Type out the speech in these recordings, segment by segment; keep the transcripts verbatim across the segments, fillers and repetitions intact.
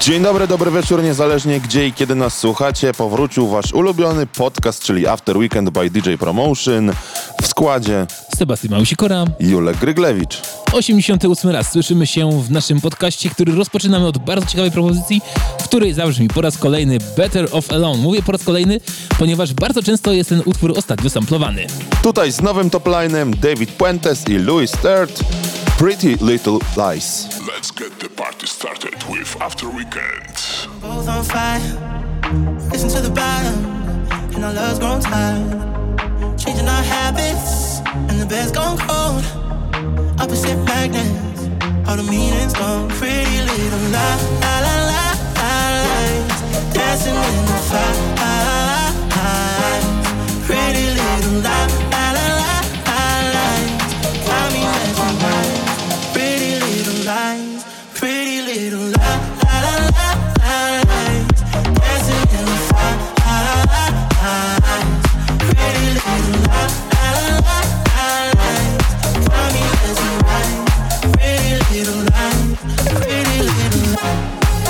Dzień dobry, dobry wieczór, niezależnie gdzie i kiedy nas słuchacie. Powrócił wasz ulubiony podcast, czyli After Weekend by D J Promotion. W składzie Sebastian Małysikora, Julek Gryglewicz. osiemdziesiąty ósmy raz słyszymy się w naszym podcaście, który rozpoczynamy od bardzo ciekawej propozycji, w której zabrzmi po raz kolejny Better Off Alone. Mówię po raz kolejny, ponieważ bardzo często jest ten utwór ostatnio samplowany. Tutaj z nowym toplinem David Puentes i Louis Sturt, Pretty Little Lies. Let's get the party started with After Weekend. Both on fire, listen to the bottom, and our love's grown tired. Changing our habits, and the bed's gone cold. Opposite magnets, all the meaning's gone. Pretty little lie, la la la la lies, dancing in the fire. Pretty little lie, la la la la lies, got me mesmerized. Pretty little lies, pretty little lie, la la la la lies, dancing in the fire. Pretty little lie, la la la la lies, got me mesmerized. Pretty little lies, pretty little lies.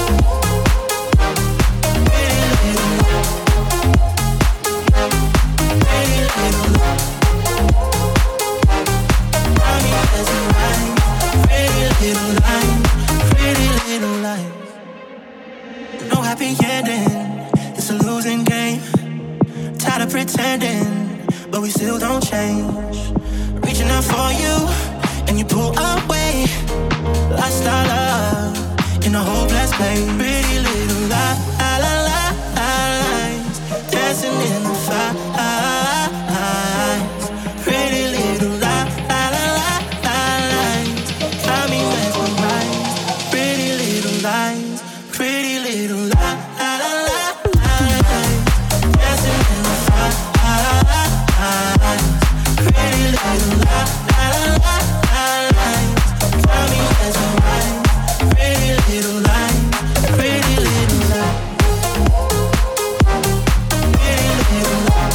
No happy ending, it's a losing game. Tired of pretending, but we still don't change. Reaching out for you, and you pull away. Lost our love in a hopeless place. Pretty little lie, la la la la lies, dancing in the fire. Pretty little lie, la la la la lies, got me mesmerized. Pretty little lies, pretty little lie, la la la la lies, dancing in the fire. Pretty little lie, la la la la lies, got me mesmerized. Pretty little lies, pretty little lies, pretty little lies,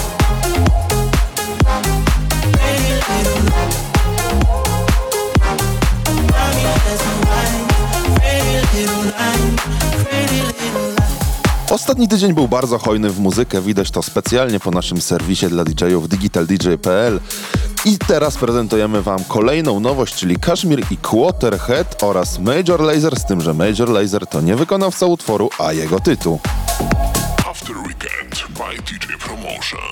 pretty little lies, got me mesmerized. Pretty little lies, pretty little lies. Ostatni tydzień był bardzo hojny w muzykę, widać to specjalnie po naszym serwisie dla D J ów digital D J kropka p l. I teraz prezentujemy wam kolejną nowość, czyli Kashmir i Quarterhead oraz Major Lazer, z tym, że Major Lazer to nie wykonawca utworu, a jego tytuł. After Weekend by D J Promotion.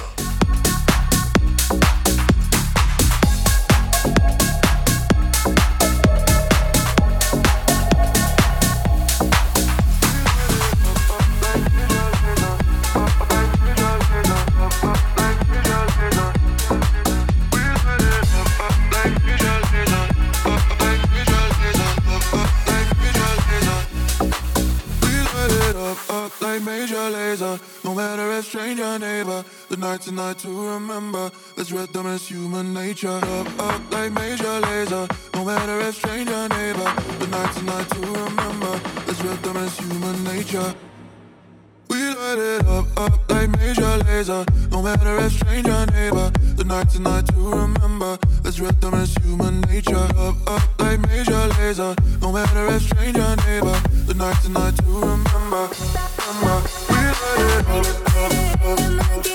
Major laser, no matter if stranger neighbor. The night tonight to remember. Let's rhythm as human nature. Up, up like major laser, no matter if stranger neighbor. The night tonight to remember. Let's rhythm as human nature. We light it up, up like major laser. No matter if stranger neighbor. The night tonight to remember. Let's rhythm as human nature. Up, up like major laser. No matter if stranger neighbor. The night tonight to remember. Remember. We light it up, up, up, up.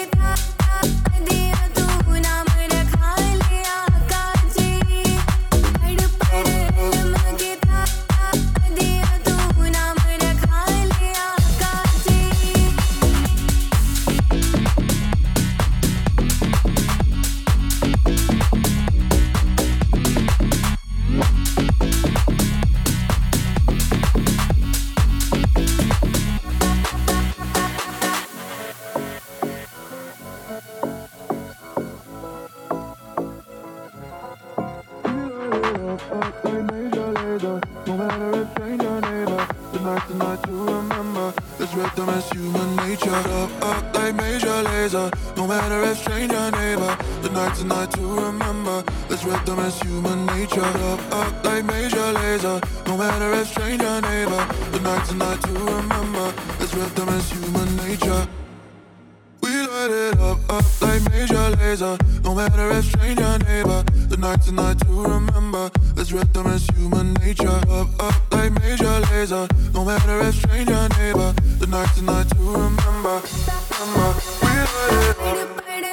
light it up, up like Major Lazer. No matter if stranger neighbor, the night tonight to remember. Let's rhythm as human nature. Up, up like Major Lazer. No matter if stranger neighbor, the night tonight to remember. Remember, we light it up.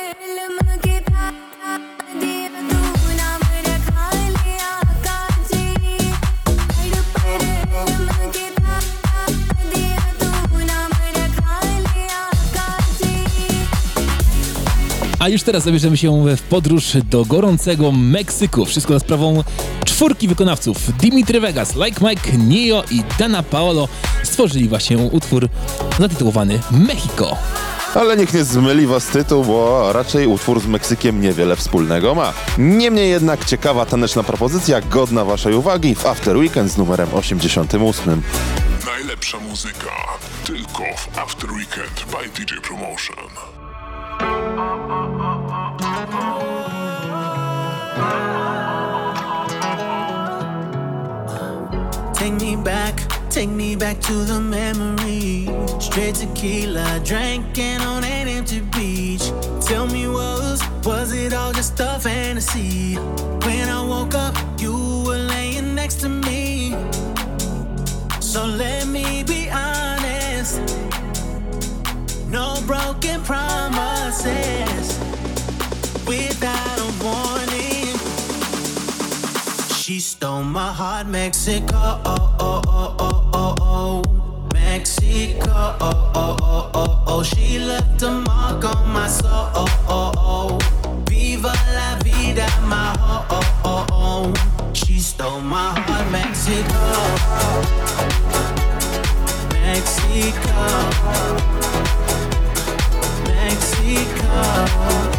A już teraz zabierzemy się w podróż do gorącego Meksyku. Wszystko za sprawą czwórki wykonawców. Dimitri Vegas, Like Mike, Neo i Dana Paolo stworzyli właśnie utwór zatytułowany Mexico. Ale niech nie zmyli was tytuł, bo raczej utwór z Meksykiem niewiele wspólnego ma. Niemniej jednak ciekawa taneczna propozycja, godna waszej uwagi w After Weekend z numerem osiemdziesiątym ósmym. Najlepsza muzyka tylko w After Weekend by D J Promotion. Take me back, take me back to the memory. Straight tequila, drinking on an empty beach. Tell me, was, was it all just a fantasy? When I woke up, you were laying next to me. So let me be honest, no broken promises. Without a warning, she stole my heart, Mexico, oh, oh, oh, oh, oh, oh. Mexico, oh, oh, oh, oh, oh. She left a mark on my soul, oh, oh, oh. Viva la vida, my oh, oh, oh, oh. She stole my heart, Mexico, Mexico, Mexico.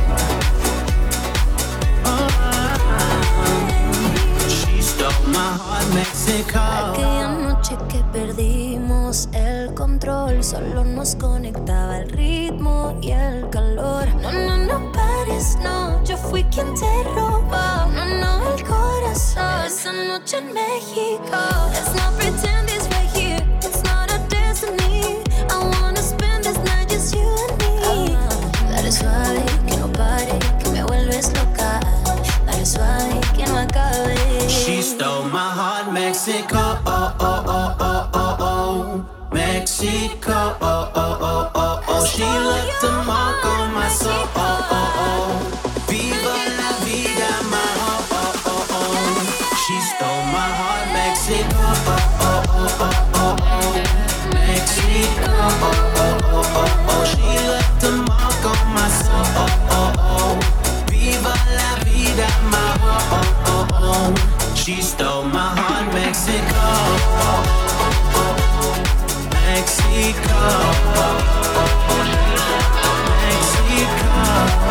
Aquella noche que perdimos el control, solo nos conectaba el ritmo y el calor. No, no, no pares, no, yo fui quien te robó. No, no, el corazón. Esa noche en México. Let's not pretend it's right here, it's not a destiny. I wanna spend this night just you and me. Dale suave, que no pare, que me vuelves loca. Dale suave, que no acabe. She stole my heart, Mexico, oh, oh, oh, oh, oh, oh. Mexico, oh, oh, oh, oh, oh. She left a mark on my soul, oh, oh, oh. Viva la vida, my oh, oh, oh, oh. She stole my heart, Mexico, oh, oh, oh, oh, oh, oh. Mexico, oh, oh, oh, oh, oh. She left a mark on my soul, oh, oh, oh. Viva la vida, my oh, oh, oh, oh. She stole my heart, Mexico, Mexico, Mexico.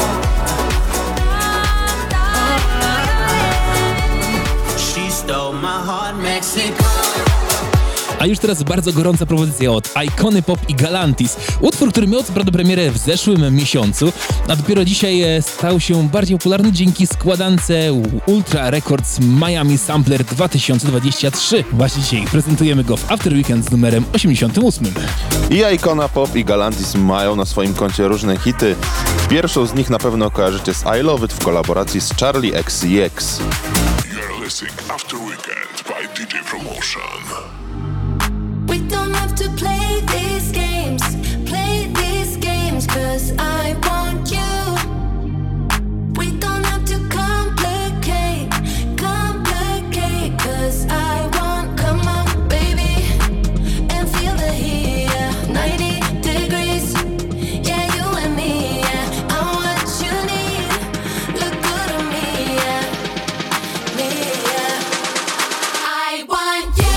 She stole my heart, Mexico. A już teraz bardzo gorąca propozycja od Icony Pop i Galantis. Utwór, który miał co prawda premierę w zeszłym miesiącu, a dopiero dzisiaj stał się bardziej popularny dzięki składance Ultra Records Miami Sampler dwa tysiące dwadzieścia trzy. Właśnie dzisiaj prezentujemy go w After Weekend z numerem osiemdziesiątym ósmym. I Icona Pop i Galantis mają na swoim koncie różne hity. Pierwszą z nich na pewno kojarzycie z I Love It w kolaboracji z Charlie X C X. You're listening After Weekend by D J Promotion. We don't have to play these games, play these games, cause I want you. We don't have to complicate, complicate, cause I want, come on, baby, and feel the heat, yeah, ninety degrees, yeah, you and me, yeah, I'm what you need, look good on me, yeah, me, yeah, I want you.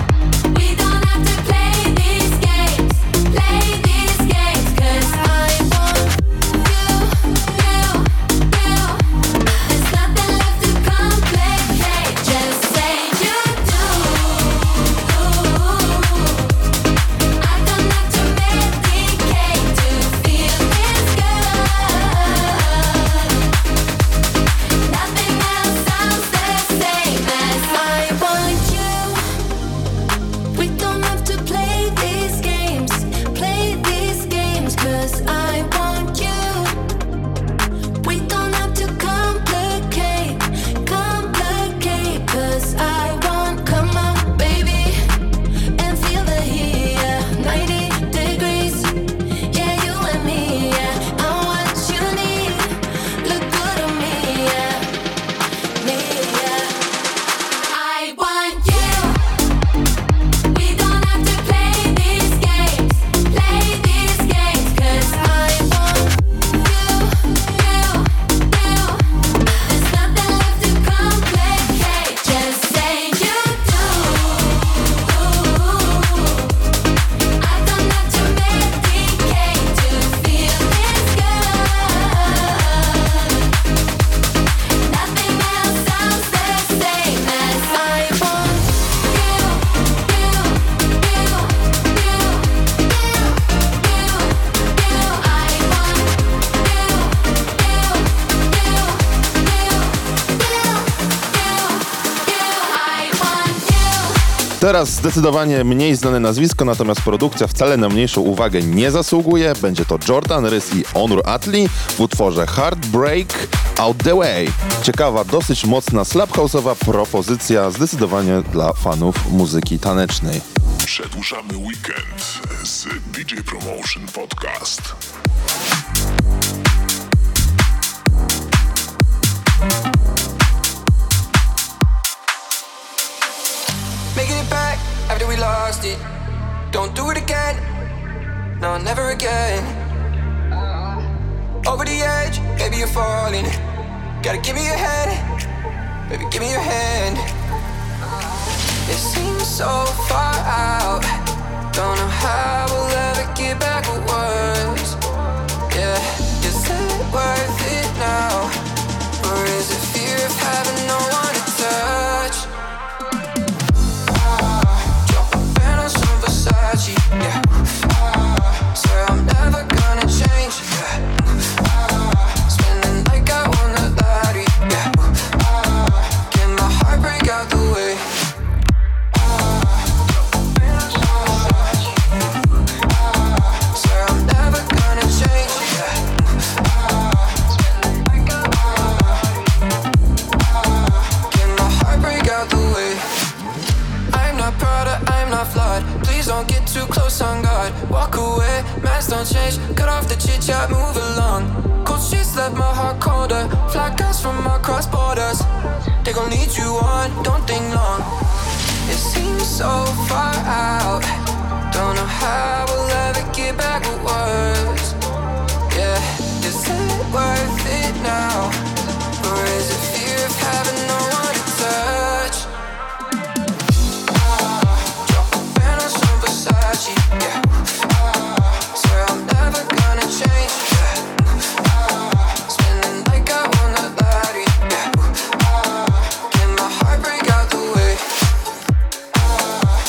We don't have to play these games, play these games, cause I Teraz zdecydowanie mniej znane nazwisko, natomiast produkcja wcale na mniejszą uwagę nie zasługuje. Będzie to Jordan Rys i Onur Atli w utworze Heartbreak Out The Way. Ciekawa, dosyć mocna slap house'owa propozycja, zdecydowanie dla fanów muzyki tanecznej. Przedłużamy weekend z D J Promotion Podcast. Making it back after we lost it. Don't do it again. No, never again. Over the edge, baby, you're falling. Gotta give me your hand, baby, give me your hand. It seems so far out. Don't know how we'll ever get back what was. Yeah, is it worth it now? Or is it fear of having no one to touch? Versace, yeah. Ah, swear I'm never gonna change, yeah. Ah, spending like I won the lottery, yeah. Ah, get my heart break out the way. Ah, swear I'm never gonna change, yeah. Ah, spending like I won the lottery. Ah, get my heart break out the way. I'm not proud of, I'm not flawed. Please don't get too close on God. Walk away, mask don't change. Cut off the chit chat, move along. Cold streets left my heart colder. Fly guys from across borders. They gon' lead you on, don't think long. It seems so far out. Don't know how we'll ever get back what was. Yeah, is it worth it now? Or is it fear of having no one to touch? Versace, yeah. Ah, swear I'm never gonna change, yeah. Ah, spending like I won the lottery, yeah. Ah, get my heart break out the way. Ah,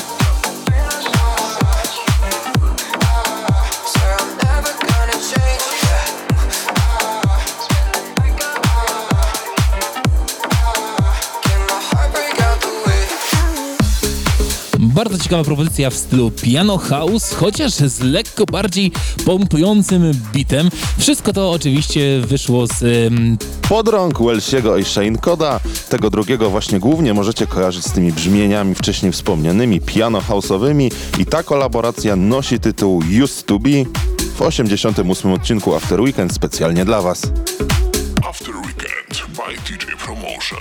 swear I'm never gonna change, yeah. Ah, spending like I won the lottery. Ah, get my heart break out the way. Bardzo ciekawa propozycja w stylu piano house, chociaż z lekko bardziej pompującym bitem. Wszystko to oczywiście wyszło z... Ym... Pod rąk Welsiego i Shane Coda. Tego drugiego właśnie głównie możecie kojarzyć z tymi brzmieniami wcześniej wspomnianymi, piano house'owymi, i ta kolaboracja nosi tytuł Used to Be w osiemdziesiątym ósmym odcinku After Weekend specjalnie dla Was. After Weekend by D J Promotion.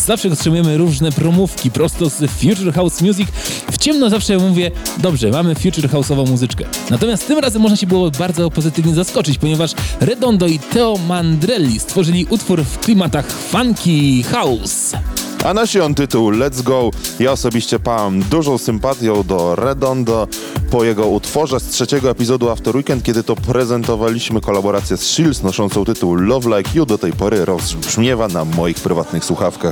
zawsze otrzymujemy różne promówki prosto z Future House Music. W ciemno zawsze mówię, dobrze, mamy Future House'ową muzyczkę. Natomiast tym razem można się było bardzo pozytywnie zaskoczyć, ponieważ Redondo i Theo Mandrelli stworzyli utwór w klimatach funky house. A nosi on tytuł Let's Go. Ja osobiście pałam dużą sympatią do Redondo po jego utworze z trzeciego epizodu After Weekend, kiedy to prezentowaliśmy kolaborację z Shields noszącą tytuł Love Like You. Do tej pory rozbrzmiewa na moich prywatnych słuchawkach.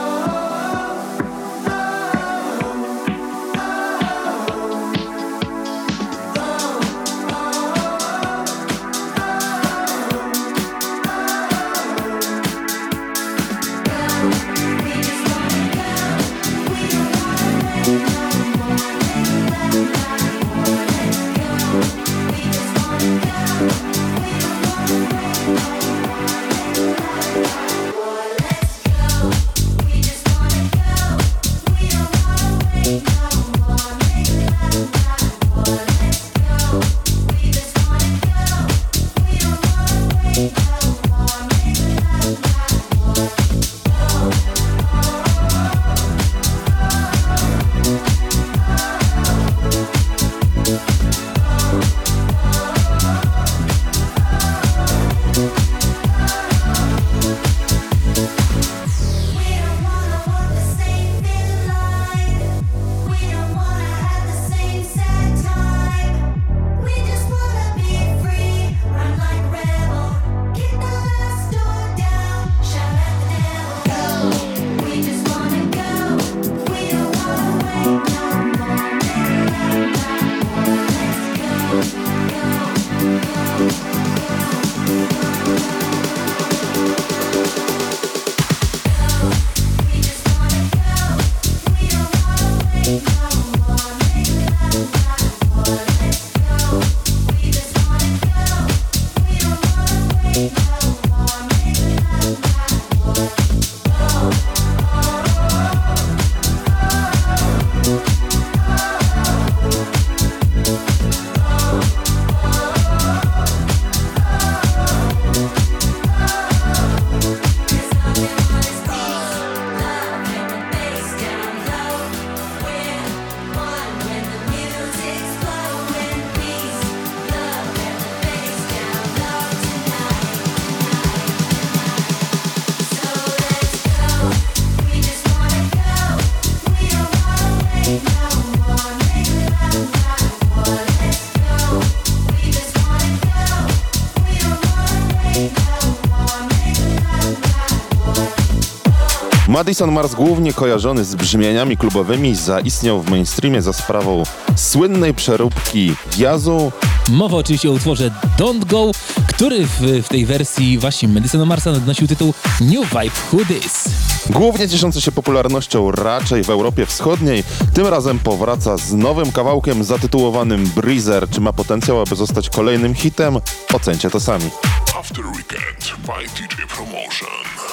Madison Mars, głównie kojarzony z brzmieniami klubowymi, zaistniał w mainstreamie za sprawą słynnej przeróbki jazzu. Mowa oczywiście o utworze Don't Go, który w, w tej wersji właśnie Madisona Marsa nosił tytuł New Vibe Who This. Głównie cieszący się popularnością raczej w Europie Wschodniej, tym razem powraca z nowym kawałkiem zatytułowanym Breezer. Czy ma potencjał, aby zostać kolejnym hitem? Ocencie to sami. After Weekend by D J Promotion.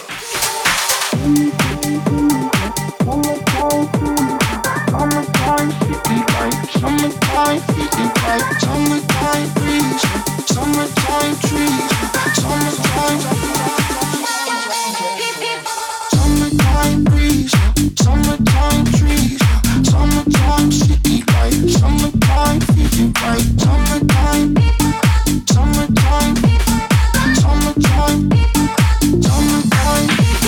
Summertime, city light, summertime, city light, summertime breeze, summertime trees, summertime, summertime breeze, summertime trees, summertime city light, summertime, city light, summertime, summertime, summertime, summertime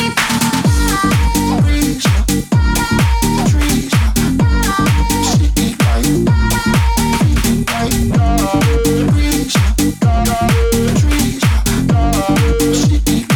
breeze. Trees, trees, trees,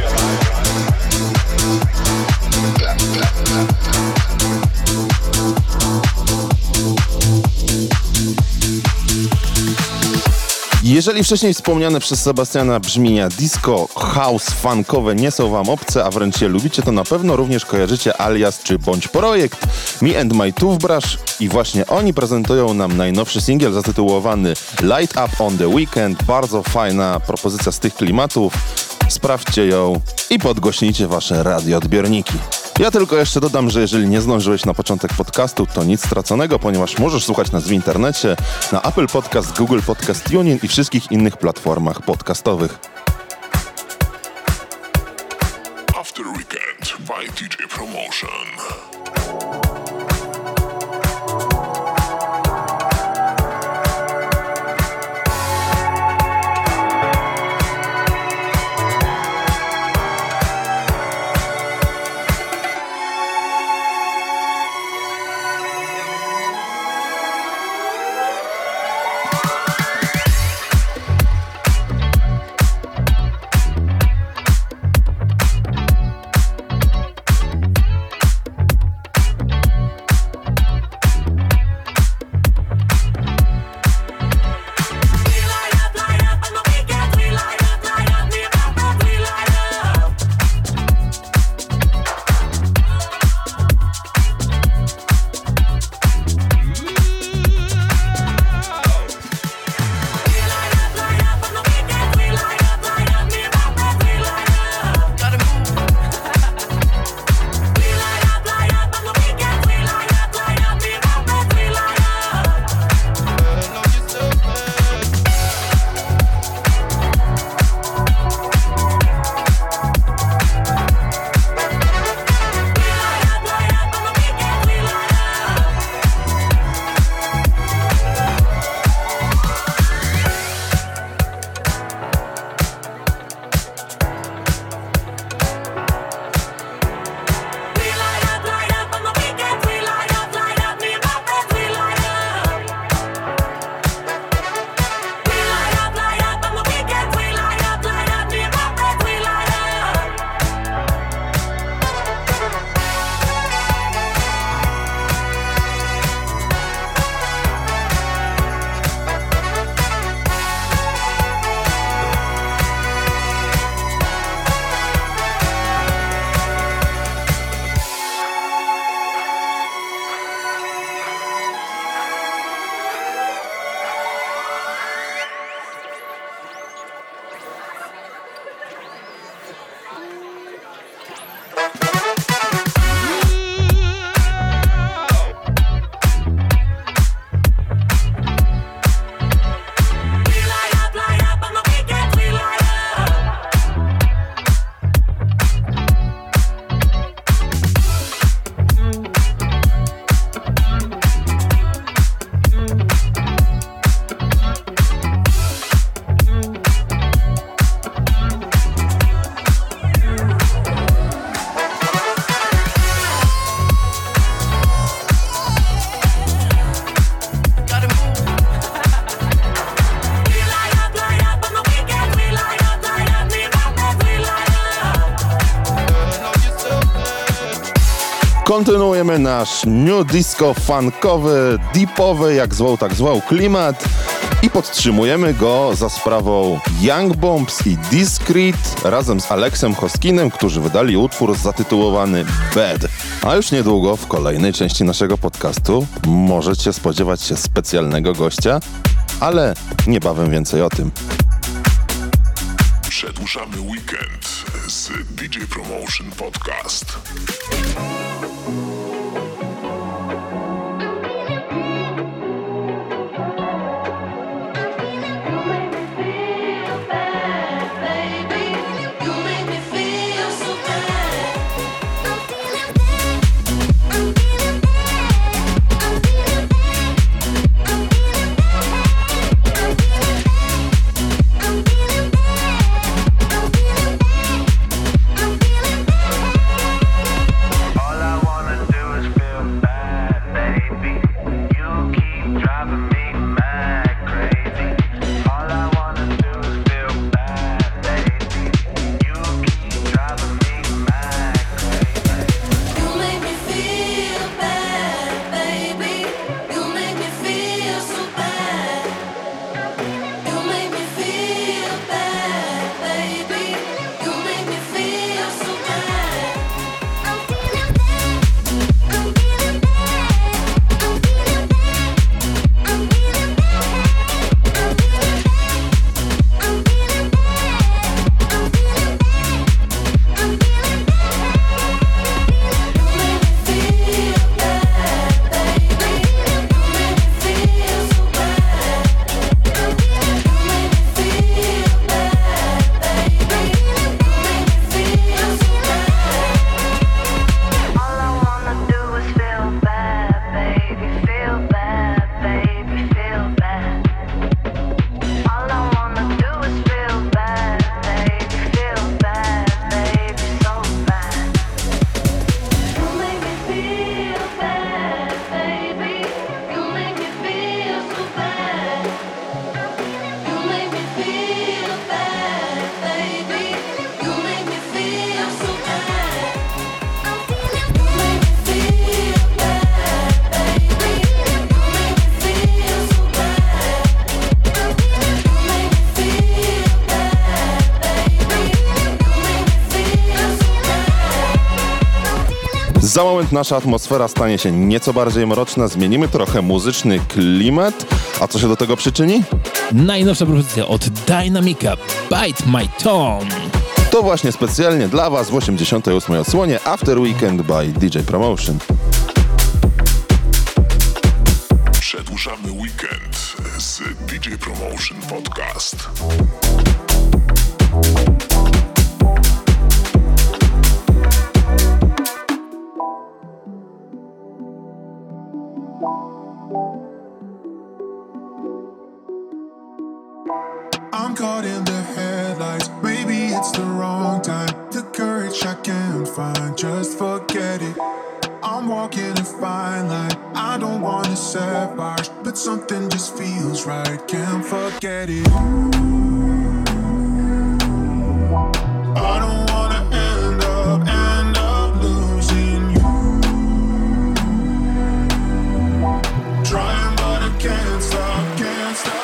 Jeżeli wcześniej wspomniane przez Sebastiana brzmienia disco, house, funkowe nie są wam obce, a wręcz je lubicie, to na pewno również kojarzycie Alias czy Bądź Projekt, Me and My Toothbrush i właśnie oni prezentują nam najnowszy singiel zatytułowany Light Up on the Weekend. Bardzo fajna propozycja z tych klimatów. Sprawdźcie ją i podgłośnijcie wasze radioodbiorniki. Ja tylko jeszcze dodam, że jeżeli nie zdążyłeś na początek podcastu, to nic straconego, ponieważ możesz słuchać nas w internecie, na Apple Podcast, Google Podcast, TuneIn i wszystkich innych platformach podcastowych. After Weekend by D J Promotion. Kontynuujemy nasz new disco funkowy, deepowy, jak zwał tak zwał, klimat i podtrzymujemy go za sprawą Young Bombs i Discreet razem z Alexem Hoskinem, którzy wydali utwór zatytułowany Bad. A już niedługo w kolejnej części naszego podcastu możecie spodziewać się specjalnego gościa, ale niebawem więcej o tym. Przedłużamy weekend z D J Promotion Podcast. All I wanna do Za moment nasza atmosfera stanie się nieco bardziej mroczna, zmienimy trochę muzyczny klimat. A co się do tego przyczyni? Najnowsza propozycja od Dynamica, Bite My Tongue. To właśnie specjalnie dla Was w osiemdziesiątej ósmej odsłonie After Weekend by D J Promotion. Przedłużamy weekend z D J Promotion Podcast. I'm caught in the headlights. Maybe it's the wrong time. The courage I can't find, just forget it. I'm walking a fine line. I don't wanna set fires, but something just feels right. Can't forget it. I don't wanna end up, end up losing you. Trying but I can't stop, can't stop.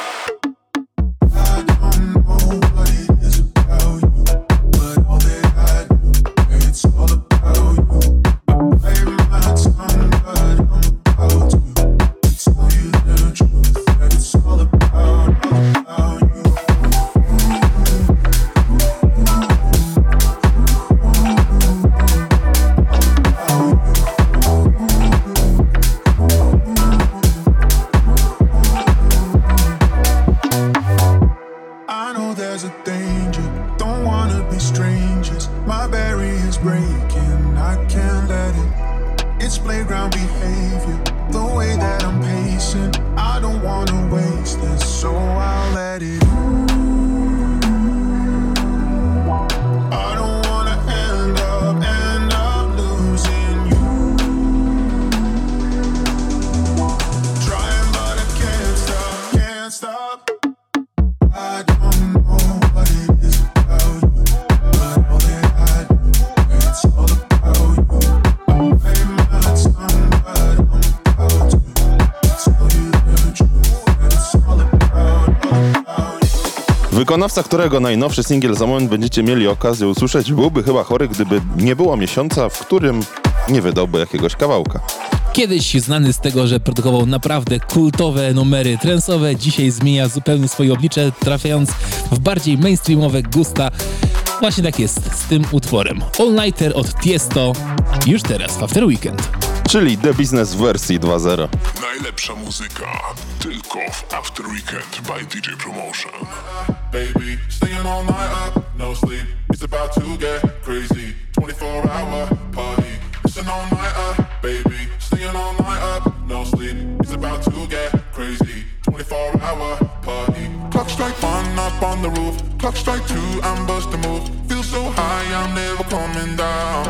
Wykonawca, którego najnowszy singiel za moment będziecie mieli okazję usłyszeć, byłby chyba chory, gdyby nie było miesiąca, w którym nie wydałby jakiegoś kawałka. Kiedyś znany z tego, że produkował naprawdę kultowe numery trance'owe, dzisiaj zmienia zupełnie swoje oblicze, trafiając w bardziej mainstreamowe gusta. Właśnie tak jest z tym utworem. All Nighter od Tiesto, już teraz w After Weekend. Czyli The Business w wersji dwa zero. Najlepsza muzyka tylko w After Weekend by D J Promotion. Baby, staying all night up, no sleep. It's about to get crazy. twenty-four hour party. It's an all night up, baby. Staying all night up, no sleep. It's about to get crazy. twenty-four hour party. Clock strike one up on the roof. Clock strike two, I'm bust a move. Feel so high, I'm never coming down.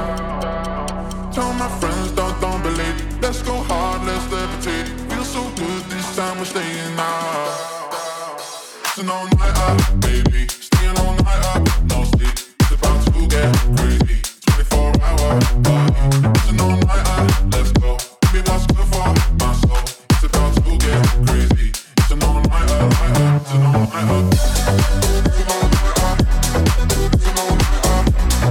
Tell my friends, don't, don't believe. Let's go hard, let's levitate. Feel so good, this time we're staying out. It's an all night up, baby. Staying all night up, no sleep. It's about to get crazy. twenty-four hour party. It's an all night up, let's go. Baby, that's good for my soul. It's about to get crazy. It's an all night up, it's an all night up. It's an all night up. It's an all night up.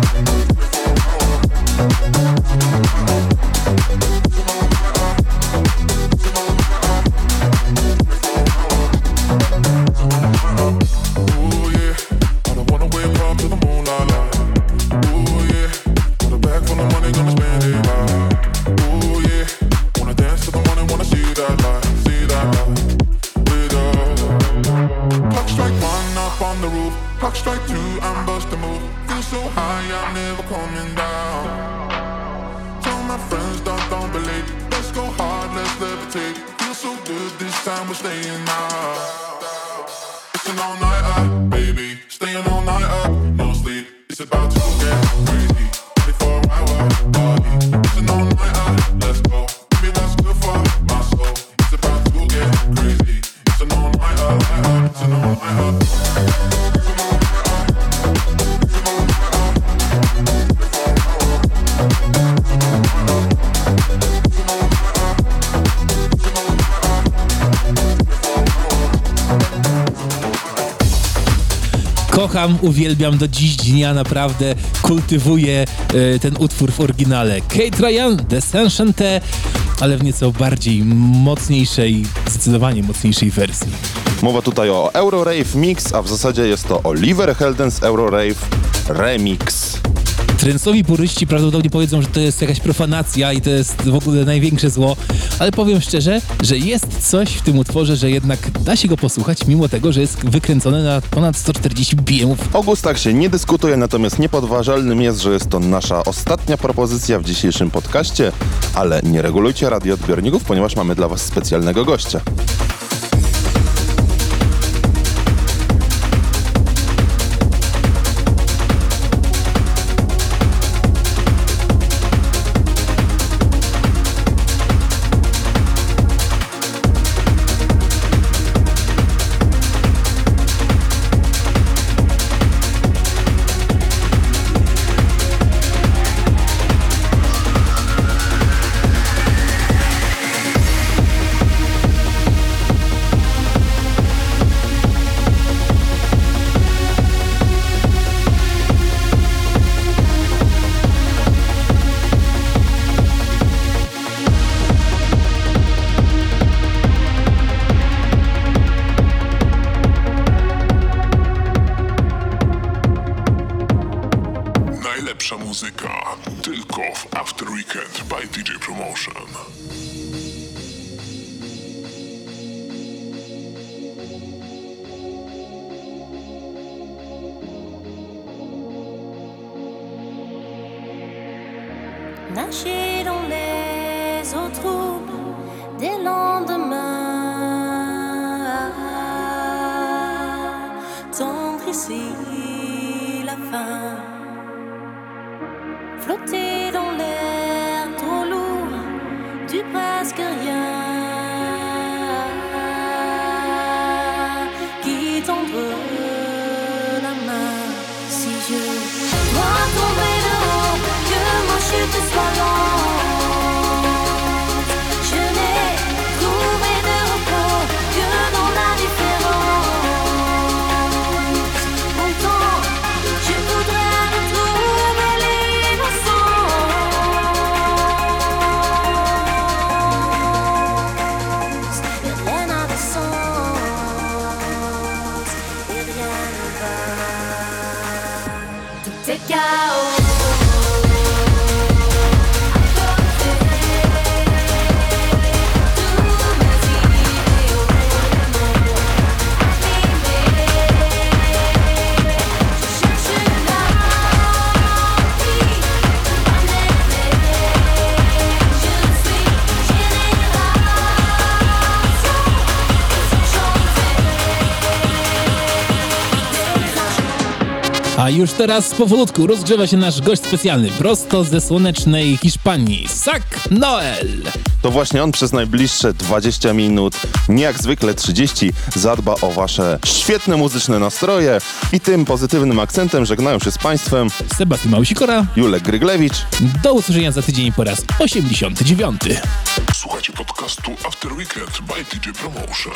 Ooh yeah, I don't wanna wake up to the moonlight. Ooh yeah, got a bag full of money, gonna spend it right. Ooh yeah, wanna dance to the morning, wanna see that light, see that light with us. Clock strike one up on the roof, clock strike two, I'm bust a move. Feel so high, I'm never coming down. Tell my friends, don't, don't believe. Let's go hard, let's levitate. Feel so good, this time we're staying out. It's an all night up, baby. Staying all night up, no sleep. It's about to get crazy. twenty-four hour party. It's an all night up, let's go. Baby, that's good for my soul. It's about to get crazy. It's an all night up, it's an all night up. It's an all night up. It's an all night up. twenty-four hour. It's an all night up. It's an all night up. It's an all night up. twenty-four hour. Kocham, uwielbiam do dziś dnia, naprawdę kultywuję e, ten utwór w oryginale. Kate Ryan, Desenchante, ale w nieco bardziej mocniejszej, zdecydowanie mocniejszej wersji. Mowa tutaj o Eurorave Mix, a w zasadzie jest to Oliver Heldens Eurorave Remix. Trensowi puryści prawdopodobnie powiedzą, że to jest jakaś profanacja i to jest w ogóle największe zło, ale powiem szczerze, że jest coś w tym utworze, że jednak da się go posłuchać, mimo tego, że jest wykręcony na ponad sto czterdzieści B P M-ów. O gustach się nie dyskutuje, natomiast niepodważalnym jest, że jest to nasza ostatnia propozycja w dzisiejszym podcaście, ale nie regulujcie radioodbiorników, ponieważ mamy dla was specjalnego gościa. Najlepsza muzyka tylko w After Weekend by D J Promotion. Nager dans les eaux troubles des lendemains, tendre ici la fin, flotter dans l'air trop lourd du presque rien, qui tendre la main. Si je dois tomber de haut, que ma chute soit lente, je n'ai trouvé de repos que dans la différence. Pourtant, je voudrais retrouver l'innocence. Et rien n'a de sens, et rien ne va. Tout est chaos. A już teraz powolutku rozgrzewa się nasz gość specjalny, prosto ze słonecznej Hiszpanii, Sak Noel. To właśnie on przez najbliższe dwadzieścia minut, nie jak zwykle trzydzieści, zadba o wasze świetne muzyczne nastroje i tym pozytywnym akcentem żegnają się z państwem Sebastian Małsikora. Julek Gryglewicz. Do usłyszenia za tydzień po raz osiemdziesiąty dziewiąty. Słuchajcie podcastu After Weekend by D J Promotion.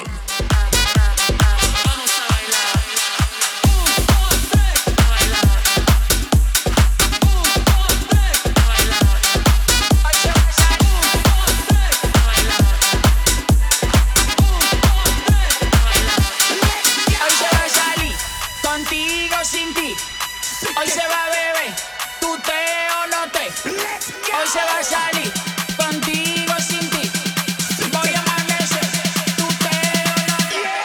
Contigo, sin ti, hoy se va, bebé, tú te o no te, hoy se va a salir, contigo, sin ti, voy a amanecer, tú te o no te.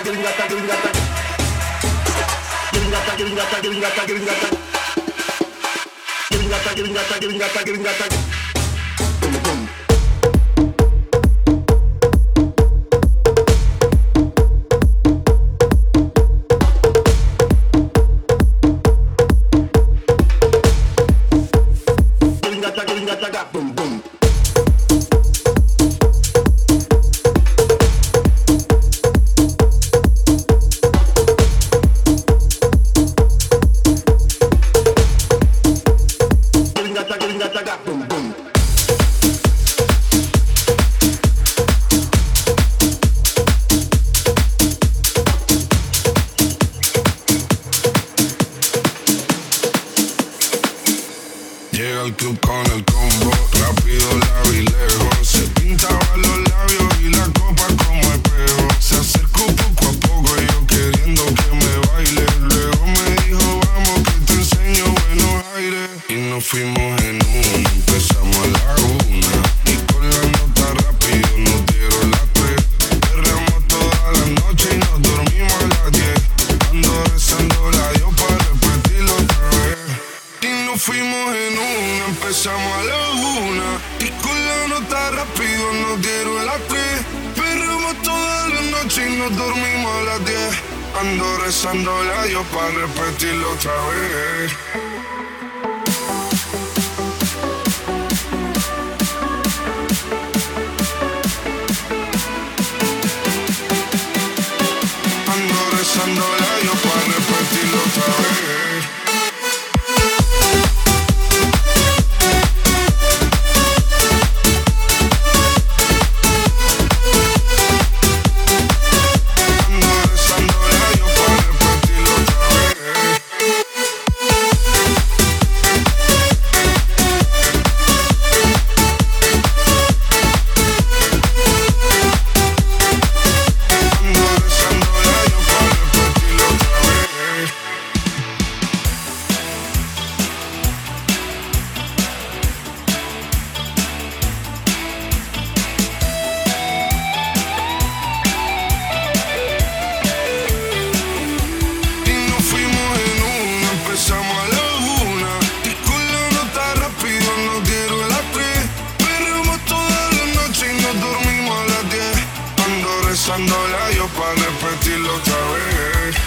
Llega al club con el combo, rápido, largo y lejos. Se pintaba los labios y la copa como espejo. Se acercó poco a poco, yo queriendo que me baile. Luego me dijo, vamos que te enseño buenos aires. Y nos fuimos en una, empezamos a la una. Y con la nota rápido nos dieron las tres. Perreamos toda la noche y nos dormimos a las diez. Ando rezando la Dios para repetirlo otra vez. Y nos fuimos en una, empezamos a la una. Y con la nota rápido nos dieron las tres. Perreamos toda la noche y nos dormimos a las diez. Ando rezando la Dios para repetirlo otra vez. Ando rezando la Dios para repetirlo otra vez. Rezándola yo para repetirlo otra vez.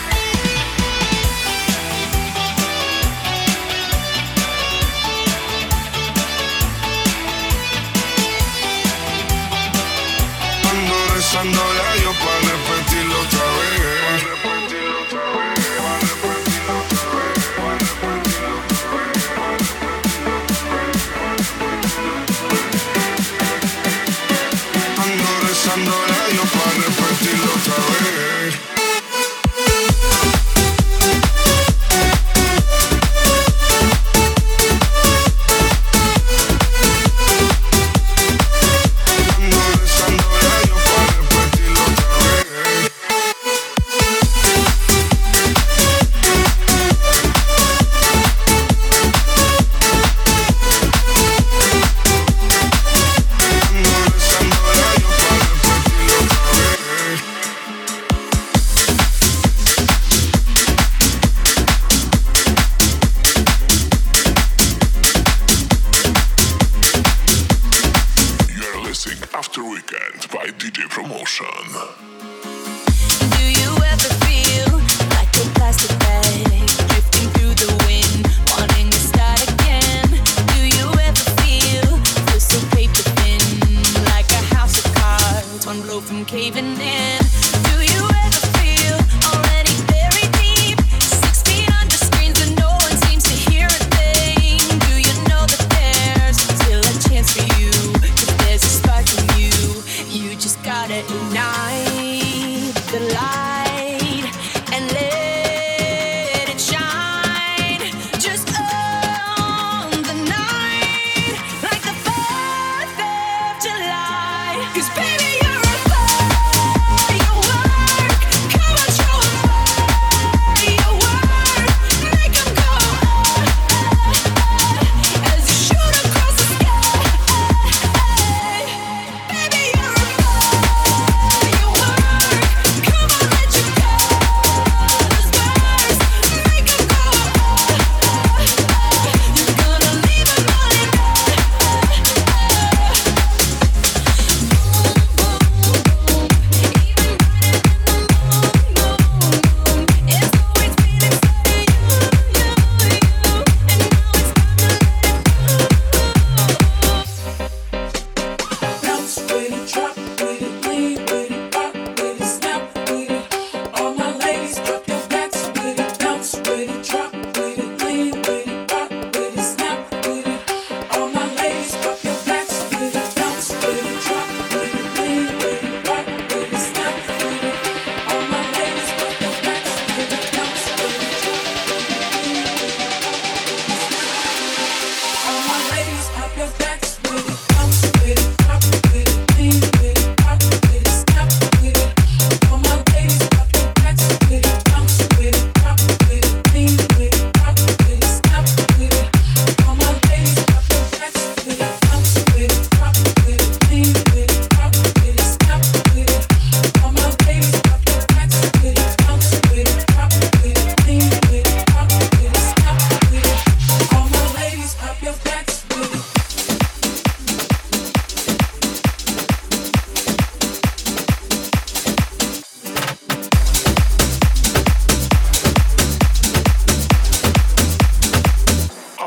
Ando rezándola yo para repetirlo otra vez. Para repetirlo otra vez. Para repetirlo otra vez. Para repetirlo otra vez. Para repetirlo otra vez. Ando rezándola yo para repetirlo otra vez. After Weekend by D J Promotion. Do you ever feel like a plastic bag drifting through the wind, wanting to start again? Do you ever feel feel so paper thin, like a house of cards, one blow from caving in? Do you ever feel already buried deep, six feet under screens and no one seems to hear a thing? Do you know that there's still a chance for you? If there's a spark in you, you just gotta ignite.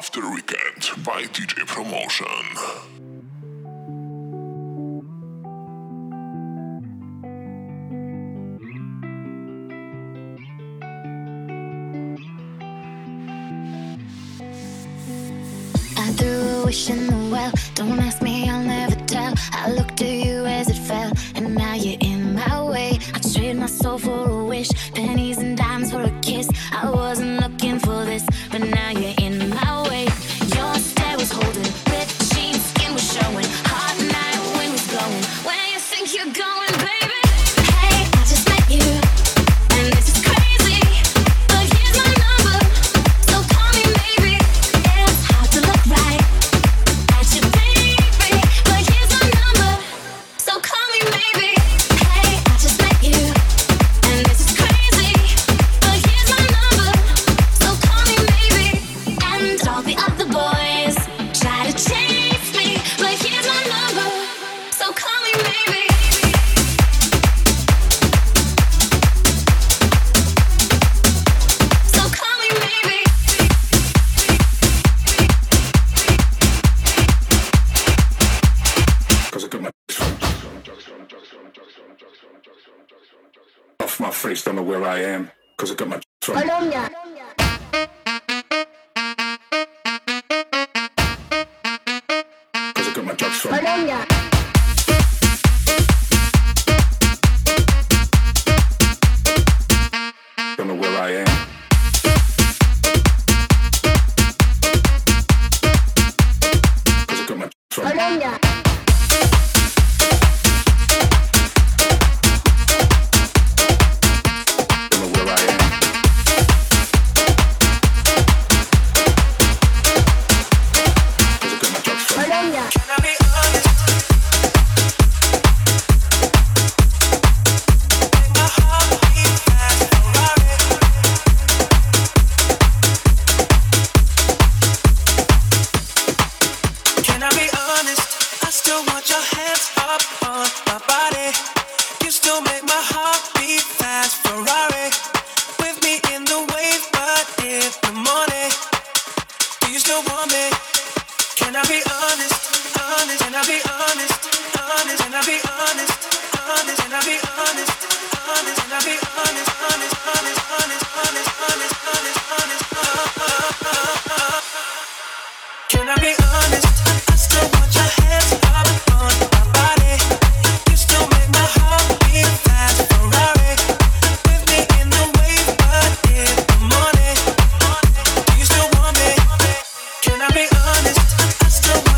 After Weekend by D J Promotion. I threw a wish in the well. Don't ask me, I'll never tell. I looked to you as it fell, and now you're in my way. I trade my soul for a wish, pennies and dimes for a kiss. I wasn't looking for this, but now you're in my way. Your stare was holding, ripped jeans, skin was showing. Hot night, wind was blowing. Where you think you're going, baby? Hey, I just met you, and this is crazy, but here's my number, so call me maybe. It's hard to look right at your baby, but here's my number, so call me maybe. Hey, I just met you, and this is crazy, but here's my number, so call me maybe. And all the other boys try to chase me, but here's my number, so call me maybe. So call me maybe. Cause I got my off my face, don't know where I am. Cause I got my from Colombia. Cause I got my drugs from Colombia. don't know where I am. Cause I got my from Colombia. don't know where I am. Cause I got my drugs from Colombia. Can I be honest? Make my heart beat fast, Ferrari. Can I be honest? I still want your hands up on my body. You still make my heart beat fast, Ferrari. With me in the wave, but in the morning. Do you still want me? Can I be honest? Honest? Can I be honest? Honest? Can I be honest? Honest? Can I be honest? Honest? Can I be honest? Honest? Honest? Honest? Honest? Honest? Honest? Honest? Can I be honest? I still want your hands up on my body. You still make my heart beat fast, Ferrari. With me in the wave, but in the morning. Do you still want me? Can I be honest? I still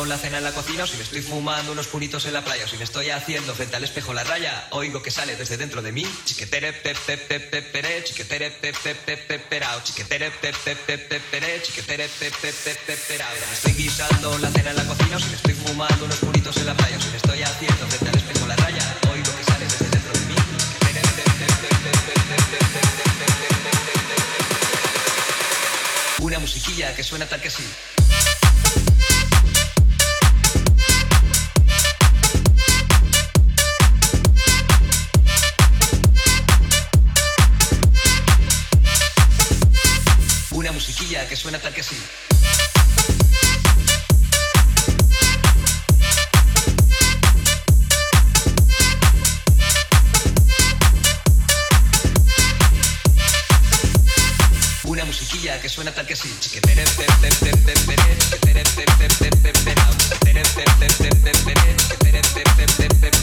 la cena en la cocina, o si me estoy fumando unos puritos en la playa, o si me estoy haciendo frente al espejo la raya, oigo que sale desde dentro de mí. Chiquetere pe pe pe pe pere, chiquetere pe pe pe pe perao, chiquetere pe pe pe pe pere, chiquetere pe pe pe pe perao. Me estoy guisando la cena en la cocina, o si me estoy fumando unos puritos en la playa, o si me estoy haciendo frente al espejo la raya, oigo que sale desde dentro de mí. Una musiquilla que suena tal que así. Una musiquilla que suena tal que así. Una musiquilla que suena tal que así. Chiquetere pe pe pe pe pere, chiquetere pe pe pe pe perao, chiquetere pe pe pe pe pere, chiquetere pe pe pe pe